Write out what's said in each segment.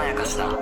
やかしだ。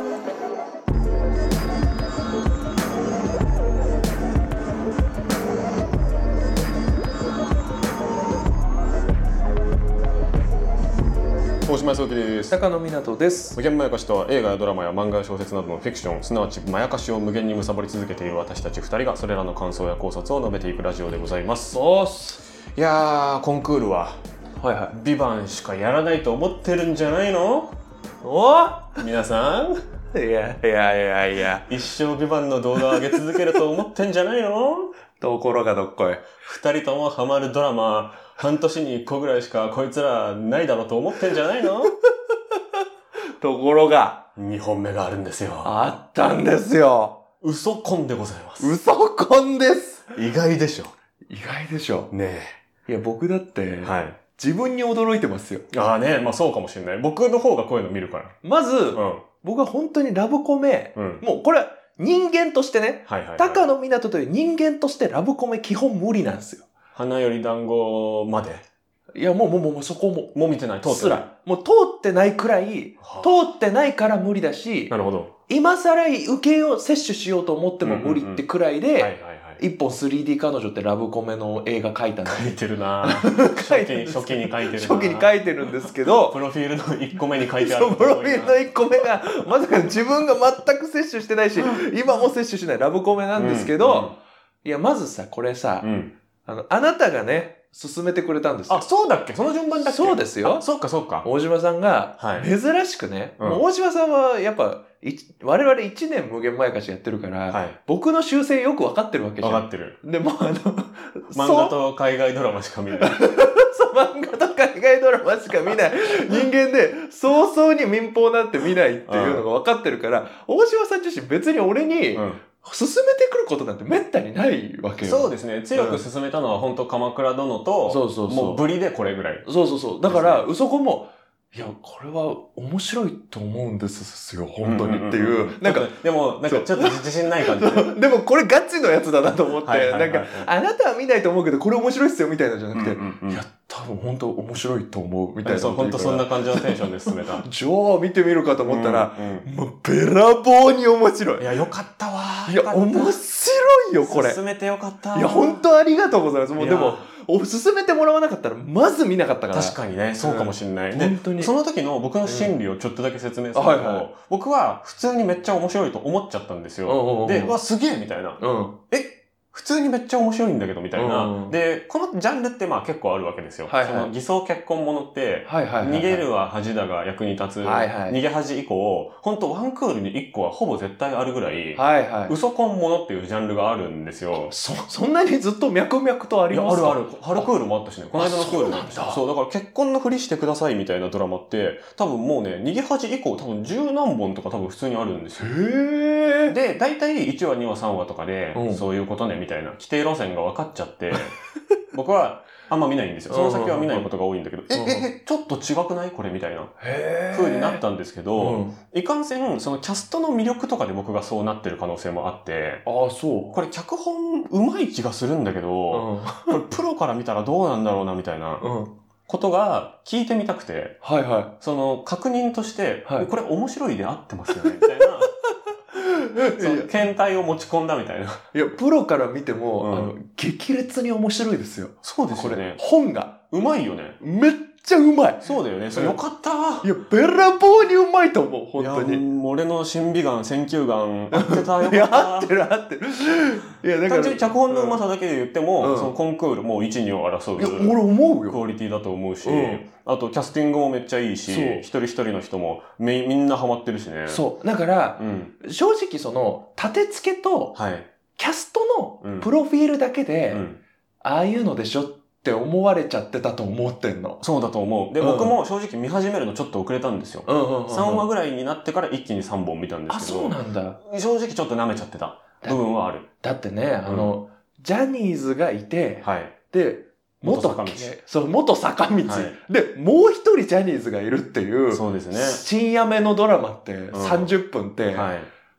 大島康之です。 高野湊です。 無限まやかしとは映画やドラマや漫画や小説などのフィクション、すなわちまやかしを無限に貪り続けている私たち2人がそれらの感想や考察を述べていくラジオでございます。いやー、コンクールはビバンしかやらないと思ってるんじゃないの？皆さんいや一生ビバンの動画を上げ続けると思ってんじゃないの？ ところがどっこい。 2人ともハマるドラマ半年に1個ぐらいしかこいつらないだろうと思ってんじゃないの？ ところが 2本目があるんですよ。 あったんですよ。 嘘コンでございます。 嘘コンです。 意外でしょ。 意外でしょ。 ねえ。いや、僕だって、 はい。 自分に驚いてますよ。 ああね、まあそうかもしれない。僕の方がこういうの見るから。 まず、僕は本当にラブコメ、もうこれ人間としてね、高野湊という人間としてラブコメ基本無理なんですよ。 花より団子まで。 いや、もうそこも。 もう見てない、通ってない。 もう通ってないくらい、通ってないから無理だし、 なるほど。 今更受けを摂取しようと思っても無理ってくらいで、一本 3D 彼女ってラブコメの映画描いたんです。 書いてるな初期に書いてるな。 初期に書いてるんですけど、 プロフィールの1個目に書いてある。 プロフィールの1個目が、まさか自分が全く摂取してないし、今も摂取しないラブコメなんですけど、いや、まずさ、これさ、あなたがね、勧めてくれたんですよ。 あ、そうだっけ？その順番だっけ？ そうですよ。 そうか。 大島さんが、珍しくね、もう大島さんはやっぱ、我々1年無限まやかしやってるから、僕の修正よく分かってるわけじゃん。 分かってる。 でも漫画と海外ドラマしか見ない。 そう、漫画と海外ドラマしか見ない人間で、早々に民放なんて見ないっていうのが分かってるから、大島さん自身別に俺に、進めてくることなんてめったにないわけよ。 そうですね。強く進めたのは本当鎌倉殿と、もうブリでこれぐらい。 そう。だから、嘘子も、いや、これは面白いと思うんですよ、本当にっていう。 なんか、でも、なんかちょっと自信ない感じ。 でもこれガチのやつだなと思って、なんか、あなたは見ないと思うけど、これ面白いっすよみたいなじゃなくて、いや、多分本当面白いと思うみたいな。 そう、本当そんな感じのテンションで進めた。 じゃあ見てみるかと思ったら、もうべらぼうに面白い。 いや、よかったわ。 いや、面白いよ、これ。 進めてよかった。 いや、本当ありがとうございます。もうでも、進めてもらわなかったら、まず見なかったから。 確かにね、そうかもしれない。 本当に。 その時の僕の心理をちょっとだけ説明すると、僕は普通にめっちゃ面白いと思っちゃったんですよ。で、わ、すげえみたいな。普通にめっちゃ面白いんだけど、みたいな。で、このジャンルってまあ結構あるわけですよ。その偽装結婚ものって、逃げるは恥だが役に立つ、逃げ恥以降、ほんとワンクールに1個はほぼ絶対あるぐらい、嘘婚ものっていうジャンルがあるんですよ。 そんなにずっと脈々とありますか？ ある。春クールもあったしね。この間のクールもあったし。そう、だから結婚のふりしてくださいみたいなドラマって、多分もうね、逃げ恥以降多分10何本とか多分普通にあるんですよ。で、大体1話2話3話とかで、そういうことねみたいな規定路線が分かっちゃって、僕はあんま見ないんですよ。その先は見ないことが多いんだけど、ちょっと違くないこれみたいな風になったんですけど、いかんせん、そのキャストの魅力とかで僕がそうなってる可能性もあって、これ脚本上手い気がするんだけど、これプロから見たらどうなんだろうなみたいなことが聞いてみたくて、その確認として、これ面白いで合ってますよねみたいな。検体を持ち込んだみたいな。 いや、プロから見ても、激烈に面白いですよ。 そうですよね。 本が。 うまいよね。 めっちゃうまい。 そうだよね。それよかった。 いや、べらぼうにうまいと思う、本当に。 いや、俺の審美眼、選球眼、合ってたよ。 いや、合ってる。 いや、だから。単純に脚本のうまさだけで言っても、そのコンクールもう1、2を争う。 いや、俺思うよ。 クオリティだと思うし、あとキャスティングもめっちゃいいし、一人一人の人もみんなハマってるしね。 そう。だから、正直その、立て付けと、キャストのプロフィールだけで、ああいうのでしょって思われちゃってたと思ってんの。 そうだと思う。で、僕も正直見始めるのちょっと遅れたんですよ。3話ぐらいになってから一気に3本見たんですけど。 あ、そうなんだ。 正直ちょっと舐めちゃってた部分はある。 だってね、ジャニーズがいて、で、元坂道。そう、元坂道。で、もう一人ジャニーズがいるっていう、 そうですね。 深夜目のドラマって30分って、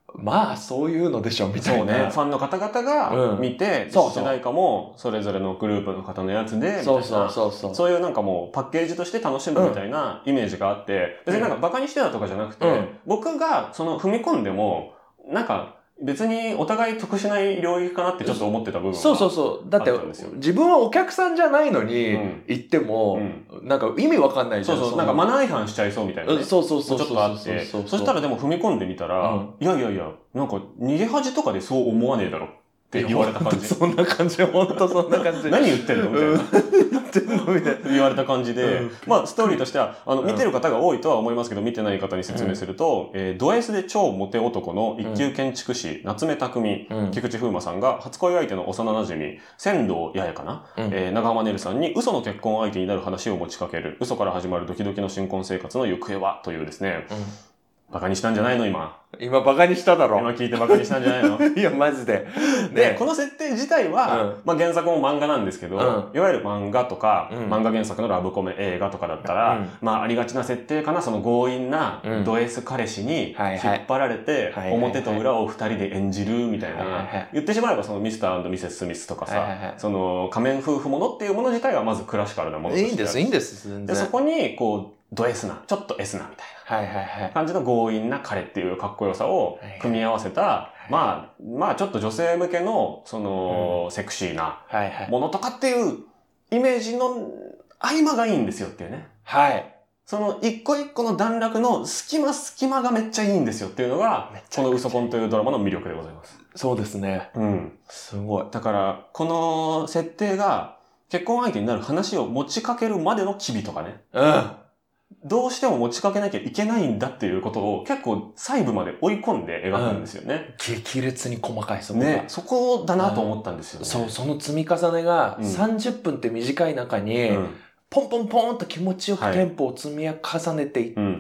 まあ、そういうのでしょ、みたいな。 そうね。ファンの方々が見て、 そう主題歌もそれぞれのグループの方のやつで、みたいな。 そういうなんかもうパッケージとして楽しむみたいなイメージがあって、別になんかバカにしてたとかじゃなくて、僕がその踏み込んでも、なんか、別にお互い得しない領域かなってちょっと思ってた部分がそう。だって、自分はお客さんじゃないのに、行っても、なんか意味わかんないじゃん。 なんかマナー違反しちゃいそうみたいな、ね。ちょっとあって。そしたらでも踏み込んでみたら、いや、なんか逃げ恥とかでそう思わねえだろって言われた感じ。 そんな感じ、ほんとそんな感じ。 何言ってんのみたいな。 言ってんのみたいな。 言われた感じで、まあ、ストーリーとしては、見てる方が多いとは思いますけど、見てない方に説明すると、ド S で超モテ男の一級建築士、夏目匠、菊池風磨さんが初恋相手の幼馴染、仙道八重かな、長浜ねるさんに嘘の結婚相手になる話を持ちかける、嘘から始まるドキドキの新婚生活の行方は、というですね、バカにしたんじゃないの今バカにしただろ。 今聞いてバカにしたんじゃないのいや、マジで。 で、この設定自体は、まあ原作も漫画なんですけど、いわゆる漫画とか、漫画原作のラブコメ映画とかだったら、まあありがちな設定かな、その強引なド S 彼氏に引っ張られて、表と裏を二人で演じるみたいな、言ってしまえばそのミスター&ミセス・スミスとかさ、その仮面夫婦ものっていうもの自体はまずクラシカルなものとしてある。 いいんです。 で、そこに、こう、ド S な、ちょっと S なみたいな感じの強引な彼っていうかっこよさを組み合わせた、まあちょっと女性向けの、その、セクシーなものとかっていうイメージの合間がいいんですよっていうね。その一個一個の段落の隙間がめっちゃいいんですよっていうのが、このウソコンというドラマの魅力でございます。 そうですね。すごい。 だから、この設定が結婚相手になる話を持ちかけるまでの機微とかね。どうしても持ちかけなきゃいけないんだっていうことを結構細部まで追い込んで描くんですよね。 激烈に細かいそこが。ね、そこだなと思ったんですよね。 そう、その積み重ねが30分って短い中に、ポンポンポンと気持ちよくテンポを積み重ねていって、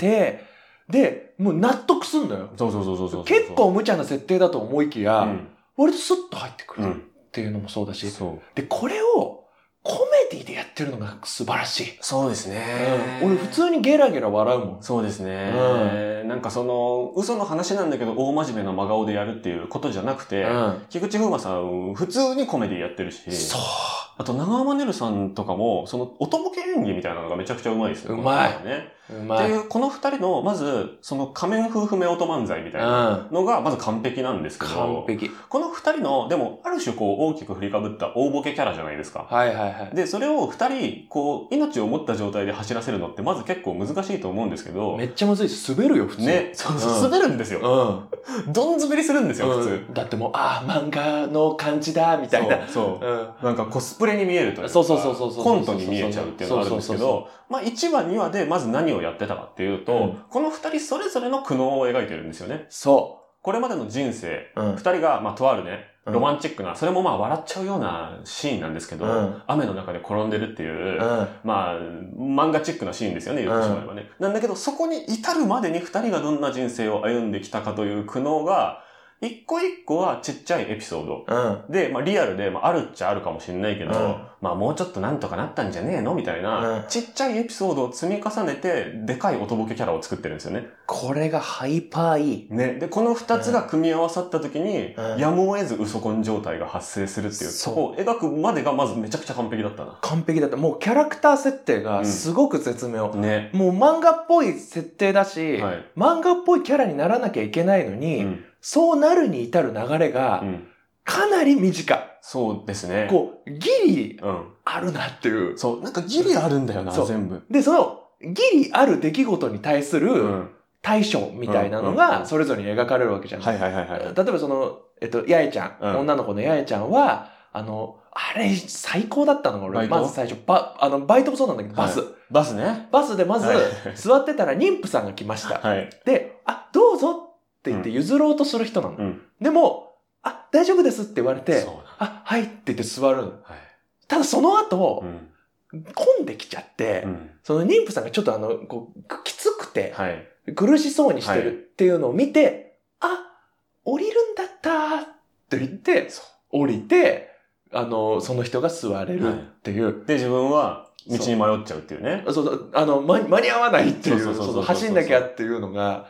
で、もう納得すんのよ。 そう。 結構無茶な設定だと思いきや、割とスッと入ってくるっていうのもそうだし、で、これを、コメディでやってるのが素晴らしい。 そうですね。 俺普通にゲラゲラ笑うもん。 そうですね。なんかその、嘘の話なんだけど大真面目な真顔でやるっていうことじゃなくて、菊池風磨さん普通にコメディやってるし。あと長濱ねるさんとかも、その音ボケ演技みたいなのがめちゃくちゃうまいですよ。 うまい。 っていう、この二人の、まず、その仮面夫婦目音漫才みたいなのが、まず完璧なんですけど、 完璧。 この二人の、でも、ある種こう、大きく振りかぶった大ボケキャラじゃないですか。で、それを二人、こう、命を持った状態で走らせるのって、まず結構難しいと思うんですけど。 めっちゃむずいです。滑るよ、普通。 ね、滑るんですよ。どん滑りするんですよ、普通。 だってもう、漫画の感じだ、みたいな。 なんかコスプレに見えるというか、コントに見えちゃうっていうのがあるんですけど、まあ1話2話でまず何をやってたかっていうと、この二人それぞれの苦悩を描いてるんですよね。これまでの人生、二人が、まあとあるね、ロマンチックな、それもまあ笑っちゃうようなシーンなんですけど、雨の中で転んでるっていう、まあ漫画チックなシーンですよね、言ってしまえばね。なんだけど、そこに至るまでに二人がどんな人生を歩んできたかという苦悩が、一個一個はちっちゃいエピソード。で、まあリアルで、まああるっちゃあるかもしれないけど、まあもうちょっとなんとかなったんじゃねえのみたいな、ちっちゃいエピソードを積み重ねて、でかい音ボケキャラを作ってるんですよね。 これがハイパーいい。 ね。で、この二つが組み合わさった時に、やむを得ず嘘コン状態が発生するっていう、そこを描くまでがまずめちゃくちゃ完璧だったな。 完璧だった。もうキャラクター設定がすごく絶妙。ね。もう漫画っぽい設定だし、漫画っぽいキャラにならなきゃいけないのに、そうなるに至る流れが、かなり短い。 そうですね。 こう、ギリ、あるなっていう。 そう、なんかギリあるんだよな、全部。 で、その、ギリある出来事に対する対処みたいなのが、それぞれに描かれるわけじゃん。例えばその、八重ちゃん、女の子の八重ちゃんは、あれ、最高だったのが俺、まず最初、バイトもそうなんだけど、バス。 バスね。 バスでまず、座ってたら妊婦さんが来ました。で、どうぞって言って譲ろうとする人なの。でも、大丈夫ですって言われて、はいって言って座る。ただその後、混んできちゃって、その妊婦さんがちょっとこう、きつくて、苦しそうにしてるっていうのを見て、降りるんだったって言って、降りて、その人が座れるっていう。 で、自分は道に迷っちゃうっていうね。 間に合わないっていう、走んなきゃっていうのが、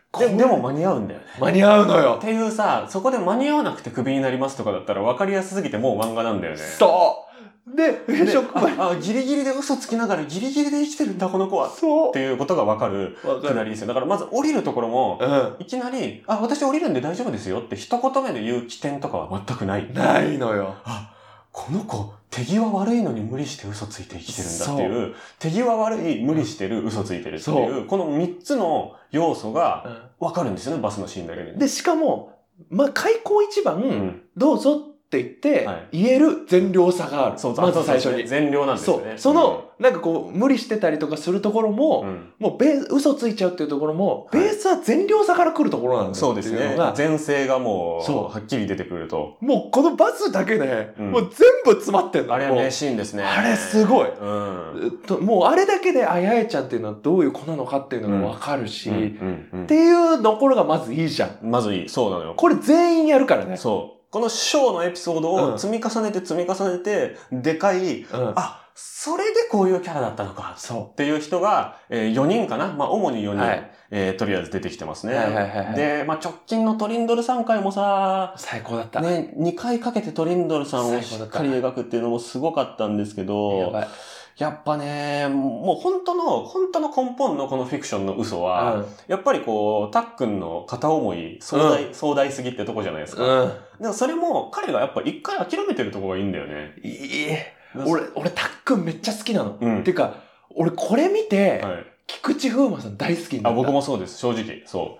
でも間に合うんだよね。 間に合うのよ。 っていうさ、そこで間に合わなくてクビになりますとかだったら分かりやすすぎてもう漫画なんだよね。 そうで、職場ギリギリで嘘つきながらギリギリで生きてるんだこの子は。 そう。 っていうことが分かるくだりですよ。だからまず降りるところも、いきなり、私降りるんで大丈夫ですよって一言目で言う起点とかは全くない。 ないのよ。 この子、手際悪いのに無理して嘘ついて生きてるんだっていう、手際悪い、無理してる、嘘ついてるっていう、この3つの要素が分かるんですよね、バスのシーンだけで。 で、しかも、開口一番、どうぞって言って、言える善良さがある。まず最初に。 善良なんですよね。 その、なんかこう、無理してたりとかするところも、もう嘘ついちゃうっていうところも、ベースは善良さから来るところなんだよ。 そうですね。善性がもう、はっきり出てくると。 もうこのバスだけで、もう全部詰まってんの。 あれは名シーンですね。 あれすごい。もうあれだけで、やえちゃんっていうのはどういう子なのかっていうのがわかるし、っていうところがまずいいじゃん。 まずいい。そうなのよ。 これ全員やるからね。 そう。このショーのエピソードを積み重ねて積み重ねて、でかい、それでこういうキャラだったのか。っていう人が、4人かな。主に4人、とりあえず出てきてますね。で、直近のトリンドル3回もさ、 最高だった。 ね、2回かけてトリンドルさんをしっかり描くっていうのもすごかったんですけど、やっぱね、もう本当の根本のこのフィクションの嘘は、やっぱりこう、たっくんの片思い、壮大すぎってとこじゃないですか。でもそれも彼がやっぱ一回諦めてるとこがいいんだよね。俺たっくんめっちゃ好きなの。っていうか、俺これ見て、菊池風磨さん大好きになった。僕もそうです、正直。そう。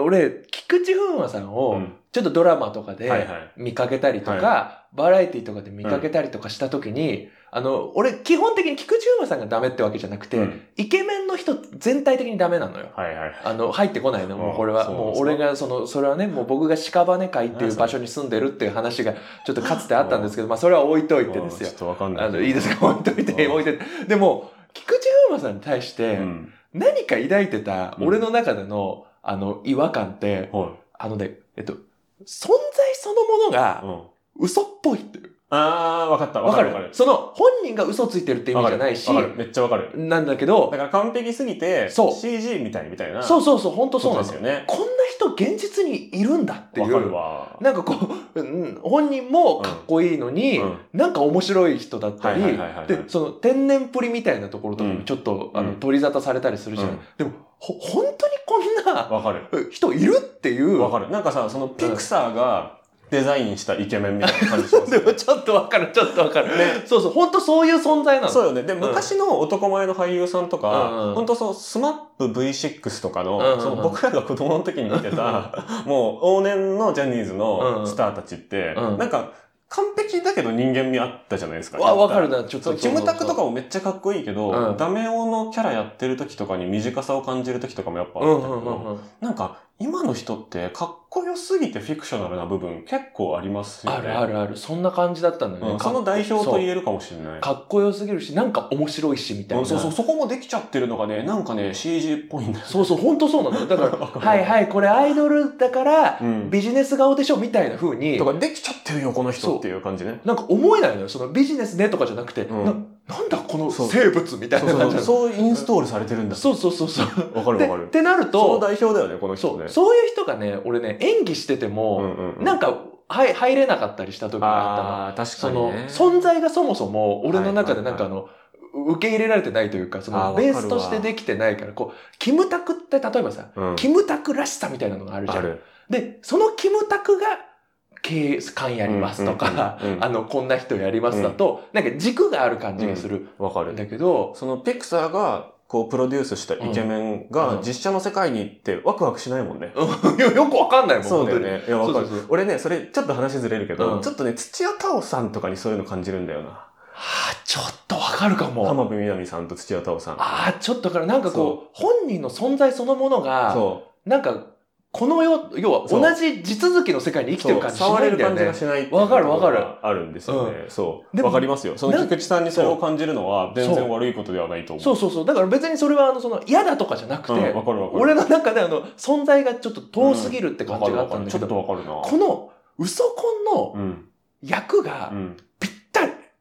俺、菊池風磨さんを、ちょっとドラマとかで見かけたりとか、バラエティとかで見かけたりとかしたときに、俺、基本的に菊池風磨さんがダメってわけじゃなくて、イケメンの人全体的にダメなのよ。入ってこないの、もうこれは。もう俺が、それはね、もう僕が屍会っていう場所に住んでるっていう話が、ちょっとかつてあったんですけど、それは置いといてですよ。 ちょっとわかんない。 いいですか、置いといて。でも、菊池風磨さんに対して、何か抱いてた俺の中での、違和感って、存在そのものが、嘘っぽいっていう。 わかった。わかる。 本人が嘘ついてるって意味じゃないし。 めっちゃわかる。 なんだけど。 だから完璧すぎて、CG みたいな。 そう、本当そうなんですよね。 こんな人現実にいるんだっていう。 わかるわ。 なんかこう、本人もかっこいいのに、なんか面白い人だったり、で、天然プリみたいなところとかにちょっと、取り沙汰されたりするじゃん。でも、本当にこんな人いるっていう。 わかる。なんかさ、ピクサーが、デザインしたイケメンみたいな感じしますね。 でもちょっとわかる。ね。そう、本当そういう存在なの。 そうよね。で、昔の男前の俳優さんとか、本当スマップ V6 とかの、僕らが子供の時に見てた、もう往年のジャニーズのスターたちって、なんか、完璧だけど人間味あったじゃないですか。 わかるな、ちょっと。 キムタクとかもめっちゃかっこいいけど、ダメ男のキャラやってる時とかに短さを感じる時とかもやっぱあったけど、なんか、今の人ってかっこよすぎてフィクショナルな部分結構ありますよね。 ある。そんな感じだったんだよね。 その代表と言えるかもしれない。 かっこよすぎるし、なんか面白いし、みたいな。 そこもできちゃってるのがね、なんかね、CG っぽいんだよ。 そう、ほんとそうなの。だから、これアイドルだから、ビジネス顔でしょ、みたいな風に。 とか、できちゃってるよ、この人っていう感じね。 なんか思えないのよ。ビジネスねとかじゃなくて、なんだこの生物みたいな感じ。 そうインストールされてるんだ。 そう。 わかる。 ってなると、 その代表だよね、この人ね。 そういう人がね、俺ね、演技してても、なんか、入れなかったりした時があったの。 確かにね。 存在がそもそも、俺の中でなんか受け入れられてないというか、ベースとしてできてないから、キムタクって例えばさ、キムタクらしさみたいなのがあるじゃん。で、そのキムタクが、経営官やりますとか、こんな人やりますだと、なんか軸がある感じがする。 わかる。 だけど、 そのピクサーが、プロデュースしたイケメンが実写の世界に行ってワクワクしないもんね。 よくわかんないもん。 そうだよね。いや、わかる。俺ね、それちょっと話ずれるけど、ちょっとね、土屋太鳳さんとかにそういうの感じるんだよな。 ちょっとわかるかも。 浜辺美波さんと土屋太鳳さん。 ちょっとからなんか本人の存在そのものが、なんか、要は同じ地続きの世界に生きてる感じしないんだよね。 触れる感じがしないっていうわかる。 あるんですよね。そう。わかりますよ。その菊池さんにそれを感じるのは全然悪いことではないと思う。 そう。だから別にそれは嫌だとかじゃなくて、俺の中で存在がちょっと遠すぎるって感じがあったんだけど、 ちょっとわかるな。 このウソ婚の役がぴったり。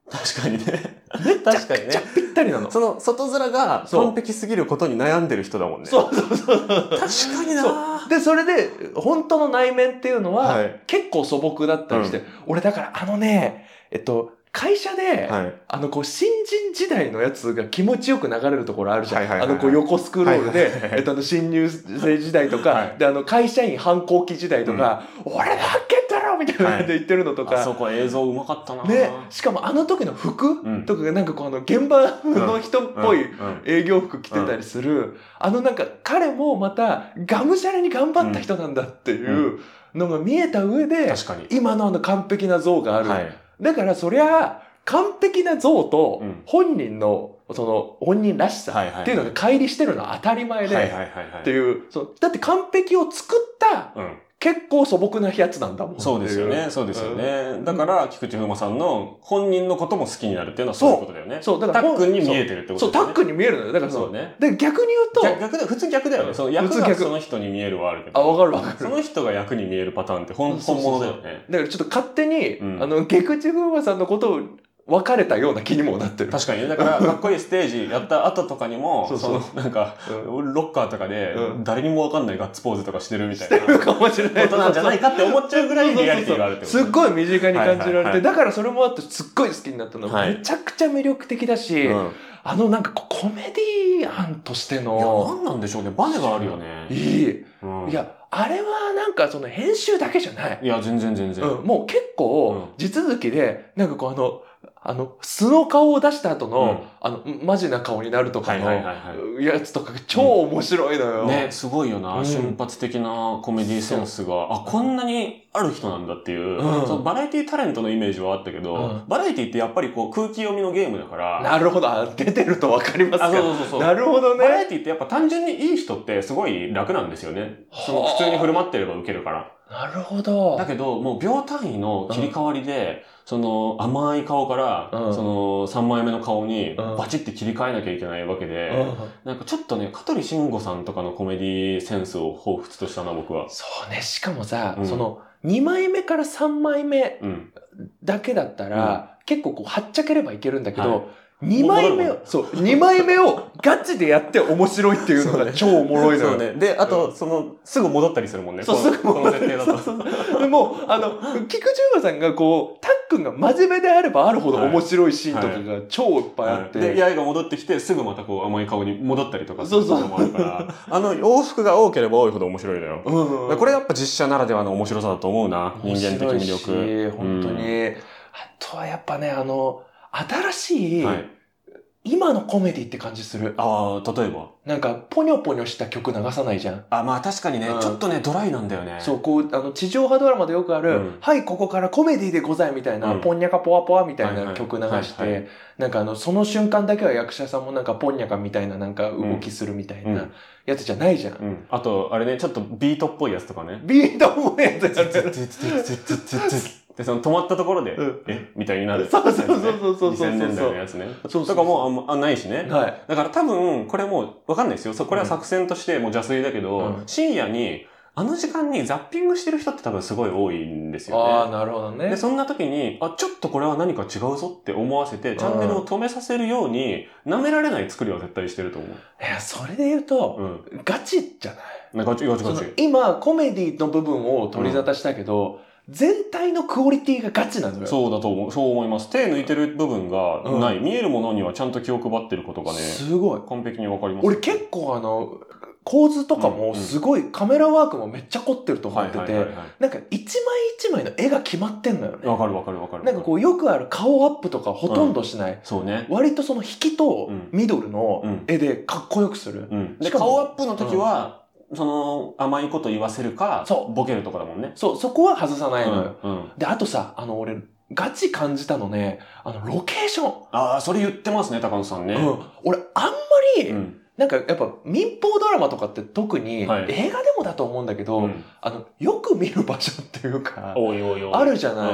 確かにね。 めっちゃくちゃぴったりなの。 その外面が完璧すぎることに悩んでる人だもんね。 そうそうそう。 確かにな。 で、それで、本当の内面っていうのは、 はい、 結構素朴だったりして、俺だから会社で、 はい、 新人時代のやつが気持ちよく流れるところあるじゃん。 はいはいはいはい、 横スクロールで、新入生時代とか、はい、で、会社員反抗期時代とか、俺だけだろみたいな感じで言ってるのとか。 あそこ映像うまかったな。 ね、しかもあの時の服、とかがなんか現場の人っぽい営業服着てたりする、彼もまた、がむしゃらに頑張った人なんだっていうのが見えた上で、今の完璧な像がある。はい、だからそりゃ、完璧な像と本人の、本人らしさっていうのが乖離してるのは当たり前で、っていう、だって完璧を作った、結構素朴なやつなんだもん。 そうですよね。そうですよね。だから、菊池風磨さんの本人のことも好きになるっていうのはそういうことだよね。そう。だから、タックンに見えてるってことだよね。そう、タックンに見えるのよ。だからそうね。で、逆に言うと、普通逆だよね。その役がその人に見えるはあるけど。 あ、わかるわかる。 その人が役に見えるパターンって本物だよね。 だからちょっと勝手に、菊池風磨さんのことを、別れたような気にもなってる。 確かにね。だから、かっこいいステージやった後とかにも、ロッカーとかで、誰にもわかんないガッツポーズとかしてるみたいな。してるかもしれない。ことなんじゃないかって思っちゃうぐらいリアリティがあるってこと。 すっごい身近に感じられて、だからそれもあってすっごい好きになったの。めちゃくちゃ魅力的だし、コメディアンとしての。 いや、なんなんでしょうね。バネがあるよね。 いい。いや、あれは編集だけじゃない。 いや、全然。 もう結構、地続きで、素の顔を出した後の、マジな顔になるとかの、やつとか超面白いのよ。 ね、すごいよな。瞬発的なコメディセンスが、こんなにある人なんだっていう、バラエティタレントのイメージはあったけど、バラエティってやっぱり空気読みのゲームだから。 なるほど。出てるとわかりますか。そう。なるほどね。 バラエティってやっぱ単純にいい人ってすごい楽なんですよね。普通に振る舞ってれば受けるから。 なるほど。 だけど、もう秒単位の切り替わりで、甘い顔から、3枚目の顔にバチって切り替えなきゃいけないわけで、ちょっとね、香取慎吾さんとかのコメディセンスを彷彿としたな、僕は。 そうね、しかもさ、2枚目から3枚目だけだったら、結構はっちゃければいけるんだけど、2枚目をガチでやって面白いっていうのが超おもろいのよ。そうね。 で、あと、すぐ戻ったりするもんね。 そう、すぐ戻ったりする。でも、菊池風磨さんがタックンが真面目であればあるほど面白いシーンとかが超いっぱいあって。 で、八重が戻ってきて、すぐまた甘い顔に戻ったりとかするのもあるから、往復が多ければ多いほど面白いのよ。これやっぱ実写ならではの面白さだと思うな。人間的魅力。 本当に。あとはやっぱね、新しい、今のコメディって感じする。 ああ、例えばポニョポニョした曲流さないじゃん。 まあ確かにね、ちょっとね、ドライなんだよね。 そう、地上波ドラマでよくある、はい、ここからコメディでございみたいな、ポンニャカポワポワみたいな曲流して、その瞬間だけは役者さんもポンニャカみたいな動きするみたいなやつじゃないじゃん。 あと、あれね、ちょっとビートっぽいやつとかね。 ビートっぽいやつやる。 で、止まったところで、みたいになる。 そう。 2000年代のやつね。とかもないしね。 はい。 だから多分、これもう、わかんないですよ。これは作戦としてもう邪推だけど、深夜に、あの時間にザッピングしてる人って多分すごい多いんですよね。 ああ、なるほどね。 で、そんな時に、ちょっとこれは何か違うぞって思わせて、チャンネルを止めさせるように、舐められない作りは絶対してると思う。 いや、それで言うと、ガチじゃない？ ガチ。 今、コメディの部分を取り沙汰したけど、全体のクオリティがガチなのよ。 そうだと思う。そう思います。手抜いてる部分がない。見えるものにはちゃんと気を配ってることがね。すごい。完璧にわかります。 俺結構構図とかもすごい、カメラワークもめっちゃ凝ってると思ってて、一枚一枚の絵が決まってんのよね。 わかる。 よくある顔アップとかほとんどしない。 そうね。 割と引きとミドルの絵でかっこよくする。 で、顔アップの時は、甘いこと言わせるか、ボケるとかだもんね。 そう、そこは外さないのよ。で、あとさ、俺、ガチ感じたのね、ロケーション。 ああ、それ言ってますね、高野さんね。 俺、あんまり、やっぱ民放ドラマとかって特に、映画でもだと思うんだけど、よく見る場所っていうか、あるじゃない。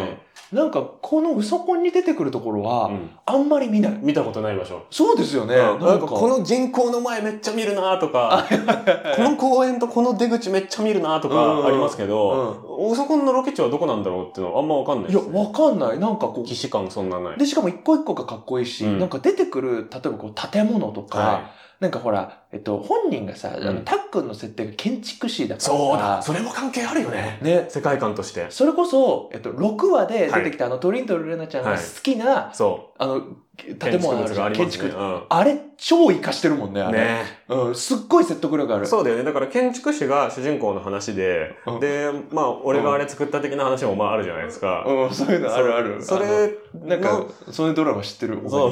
なんかこのウソコンに出てくるところは、あんまり見ない。 見たことない場所。 そうですよね。 なんかこの銀行の前めっちゃ見るなとか、この公園とこの出口めっちゃ見るなとかありますけど、ウソコンのロケ地はどこなんだろうっていうのはあんまわかんないですね。 いや、わかんない。なんかこう。 既視感そんなない。 で、しかも一個一個がかっこいいし、なんか出てくる、例えばこう建物とか、なんかほら、本人がさ、たっくんの設定が建築士だからさ。 そうだ。それも関係あるよね。ね。世界観として。 それこそ、6話で出てきたトリンドルレナちゃんが好きな、建物ある建築。あれ、超活かしてるもんね、あれ。ね。すっごい説得力ある。 そうだよね。だから建築士が主人公の話で、で、まあ、俺があれ作った的な話もまああるじゃないですか。 そういうのあるある。 それ、 なんか、そういうドラマ知ってる。 そう。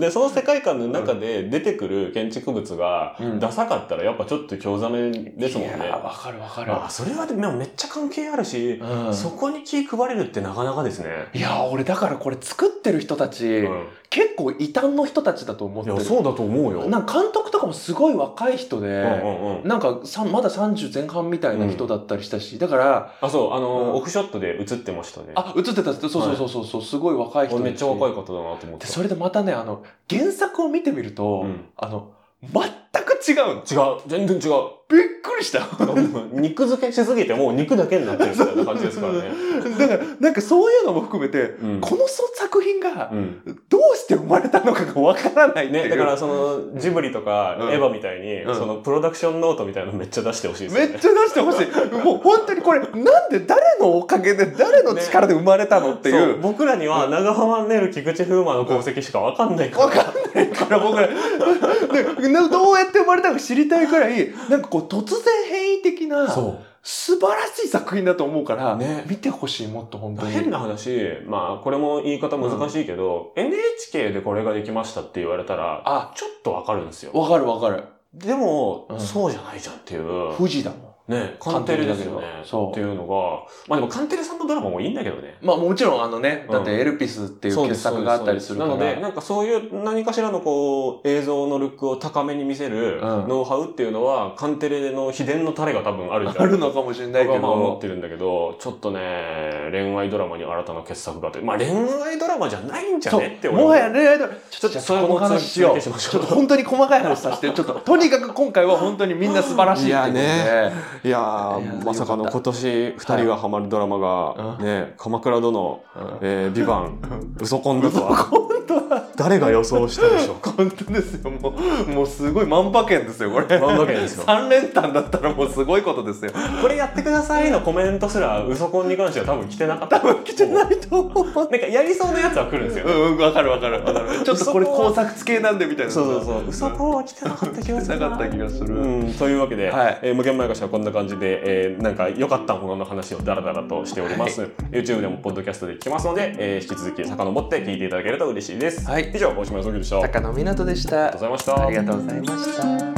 で、その世界観の中で出てくる建築物が、ダサかったらやっぱちょっと興ざめですもんね。いや、 わかるわかる。 それはめっちゃ関係あるし、そこに気配れるってなかなかですね。 いや、俺だからこれ作ってる人たち、結構異端の人たちだと思ってる。いや、 そうだと思うよ。 なんか監督とかもすごい若い人で、なんかまだ30前半みたいな人だったりしたし、だから、 オフショットで映ってましたね。 映ってた。そう、すごい若い人で。 めっちゃ若い方だなと思って。 それでまたね、原作を見てみると、全く違う。 全然違う。 びっくりした。 肉付けしすぎてもう肉だけになってるみたいな感じですからね。 だから、なんかそういうのも含めて、この作品がどうして生まれたのかがわからないっていう。 ね、だからジブリとかエヴァみたいに、プロダクションノートみたいなのめっちゃ出してほしいですね。 めっちゃ出してほしい。もう本当にこれ、なんで誰のおかげで誰の力で生まれたのっていう。 僕らには長濱ねる菊池風磨の功績しかわかんないから。 わかんないから僕ら。どうやって生まれたのか知りたいくらい、なんかこう突然変異的な素晴らしい作品だと思うから、見てほしい、もっと本当に。 変な話、まあこれも言い方難しいけど、NHK でこれができましたって言われたら、ちょっとわかるんですよ。 わかるわかる。 でも、そうじゃないじゃんっていう。 富士だもん。 ね、カンテレですよね。っていうのが、まあでもカンテレさんのドラマもいいんだけどね。 まあもちろんだってエルピスっていう傑作があったりするから。 なので、なんかそういう何かしらの映像のルックを高めに見せるノウハウっていうのは、カンテレの秘伝のタレが多分あるんじゃないあるのかもしれないけど。 僕は思ってるんだけど、ちょっとね、恋愛ドラマに新たな傑作があって、まあ恋愛ドラマじゃないんじゃねってもはや恋愛ドラマ。ちょっとそういう話しよう。ちょっと本当に細かい話させて、ちょっととにかく今回は本当にみんな素晴らしいってことで。 いやー、まさかの今年二人がハマるドラマが、ね、鎌倉殿、ビバン、ウソコンだとは、誰が予想したでしょうか。 本当ですよ。もうすごい万馬券ですよ、これ。 万馬券ですよ。 3連単だったらもうすごいことですよ。 これやってくださいのコメントすら、ウソコンに関しては多分来てなかった。 多分来てないと思う。 なんかやりそうなやつは来るんですよね。 わかる。ちょっとこれ工作付けなんでみたいな。 そう。ウソコンは来てなかった気がする。 なかった気がする。 というわけで、無限前貸しはこんな感じで、なんか良かったものの話をダラダラとしております。YouTube でもポッドキャストで聞けますので、引き続き遡って聞いていただけると嬉しいです。以上、大島康之でした。 高野湊でした。 ありがとうございました。 ありがとうございました。